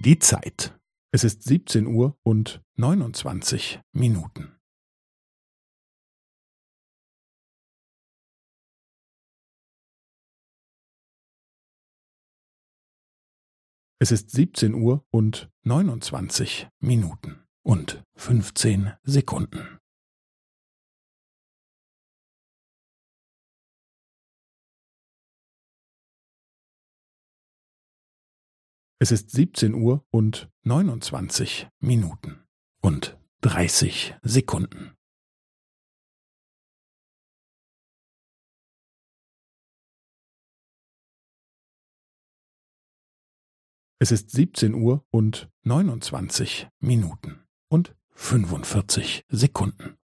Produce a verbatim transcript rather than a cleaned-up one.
Die Zeit. Es ist siebzehn Uhr und neunundzwanzig Minuten. Es ist siebzehn Uhr und neunundzwanzig Minuten und fünfzehn Sekunden. Es ist siebzehn Uhr und neunundzwanzig Minuten und dreißig Sekunden. Es ist siebzehn Uhr und neunundzwanzig Minuten und fünfundvierzig Sekunden.